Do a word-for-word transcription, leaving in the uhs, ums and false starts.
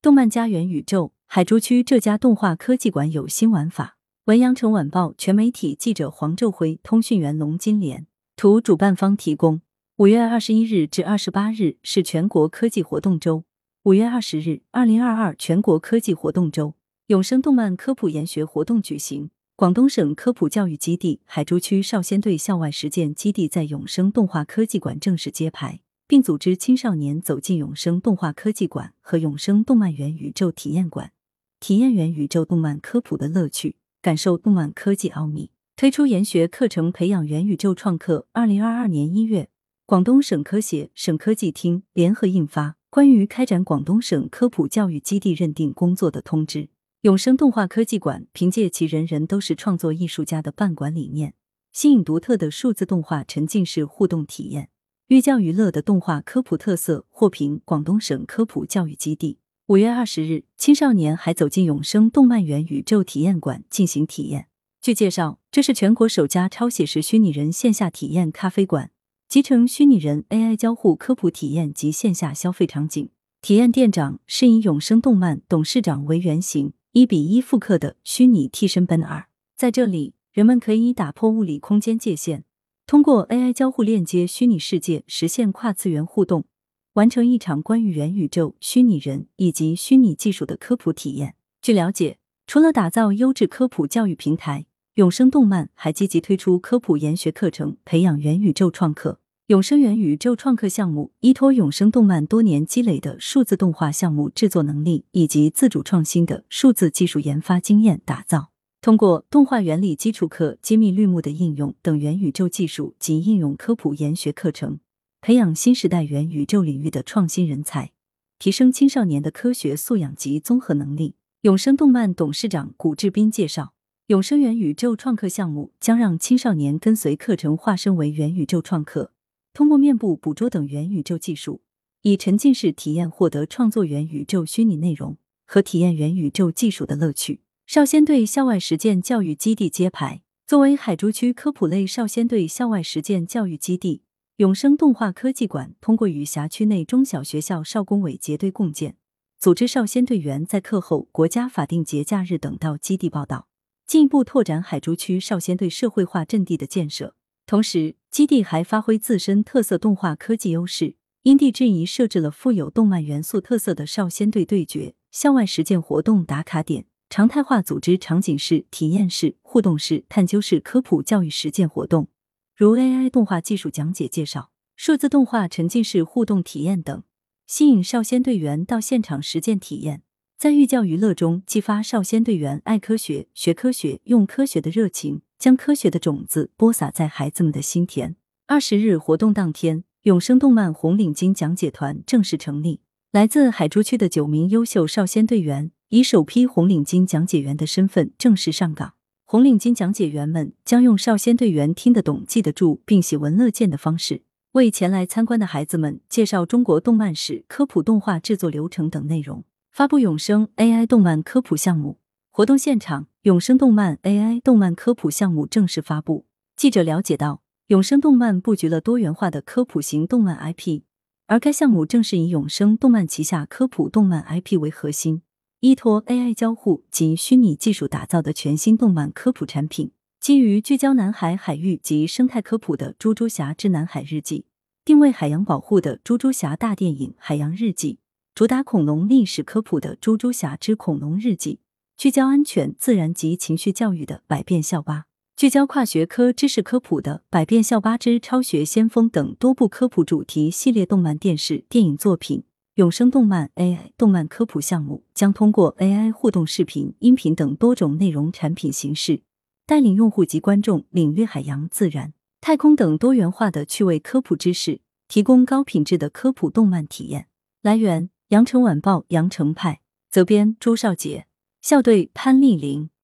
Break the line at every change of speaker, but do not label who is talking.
动漫家元宇宙，海珠区这家动画科技馆有新玩法。文阳城晚报全媒体记者黄昼辉，通讯员龙金莲。图主办方提供。五月二十一日至二十八日是全国科技活动周。五月二十日，二零二二全国科技活动周，永生动漫科普研学活动举行。广东省科普教育基地海珠区少先队校外实践基地在永生动画科技馆正式揭牌，并组织青少年走进永生动画科技馆和永生动漫元宇宙体验馆，体验元宇宙动漫科普的乐趣，感受动漫科技奥秘。推出研学课程培养元宇宙创客。二零二二年一月，广东省科协、省科技厅联合印发关于开展广东省科普教育基地认定工作的通知。永生动画科技馆凭借其人人都是创作艺术家的办馆理念，吸引独特的数字动画沉浸式互动体验，寓教于乐的动画科普特色，获评广东省科普教育基地。五月二十日，青少年还走进永生动漫元宇宙体验馆进行体验。据介绍，这是全国首家超写实虚拟人线下体验咖啡馆，集成虚拟人 A I 交互科普体验及线下消费场景。体验店长是以永生动漫董事长为原型，一比一复刻的虚拟替身本尔。在这里，人们可以打破物理空间界限，通过 A I 交互链接虚拟世界，实现跨次元互动，完成一场关于元宇宙、虚拟人以及虚拟技术的科普体验。据了解，除了打造优质科普教育平台，永生动漫还积极推出科普研学课程，培养元宇宙创客。永生元宇宙创客项目依托永生动漫多年积累的数字动画项目制作能力以及自主创新的数字技术研发经验打造，通过动画原理基础课、揭秘绿幕的应用等元宇宙技术及应用科普研学课程，培养新时代元宇宙领域的创新人才，提升青少年的科学素养及综合能力。永生动漫董事长古志斌介绍，永生元宇宙创客项目将让青少年跟随课程化身为元宇宙创客，通过面部捕捉等元宇宙技术，以沉浸式体验获得创作元宇宙虚拟内容和体验元宇宙技术的乐趣。少先队校外实践教育基地揭牌。作为海珠区科普类少先队校外实践教育基地，永生动画科技馆通过与辖区内中小学校少工委结对共建，组织少先队员在课后、国家法定节假日等到基地报道，进一步拓展海珠区少先队社会化阵地的建设。同时，基地还发挥自身特色动画科技优势，因地制宜设置了富有动漫元素特色的少先队对决、校外实践活动打卡点，常态化组织场景式、体验式、互动式、探究式科普教育实践活动，如 A I 动画技术讲解介绍、数字动画沉浸式互动体验等，吸引少先队员到现场实践体验，在寓教于乐中激发少先队员爱科学、学科学、用科学的热情，将科学的种子播撒在孩子们的心田。二十日活动当天，永生动漫红领巾讲解团正式成立。来自海珠区的九名优秀少先队员以首批红领巾讲解员的身份正式上岗。红领巾讲解员们将用少先队员听得懂、记得住并喜闻乐见的方式，为前来参观的孩子们介绍中国动漫史、科普动画制作流程等内容，发布永生 A I 动漫科普项目。活动现场，永生动漫 A I 动漫科普项目正式发布。记者了解到，永生动漫布局了多元化的科普型动漫 I P， 而该项目正是以永生动漫旗下科普动漫 I P 为核心，依托 A I 交互及虚拟技术打造的全新动漫科普产品。基于聚焦南海海域及生态科普的《猪猪侠之南海日记》，定位海洋保护的《猪猪侠大电影海洋日记》，主打恐龙历史科普的《猪猪侠之恐龙日记》，聚焦安全、自然及情绪教育的《百变校巴》，聚焦跨学科知识科普的《百变校巴之超学先锋》等多部科普主题系列动漫电视、电影作品。永生动漫 A I 动漫科普项目将通过 A I 互动视频、音频等多种内容产品形式，带领用户及观众领略海洋、自然、太空等多元化的趣味科普知识，提供高品质的科普动漫体验。来源：羊城晚报羊城派，责编：朱少杰，校对：潘丽玲。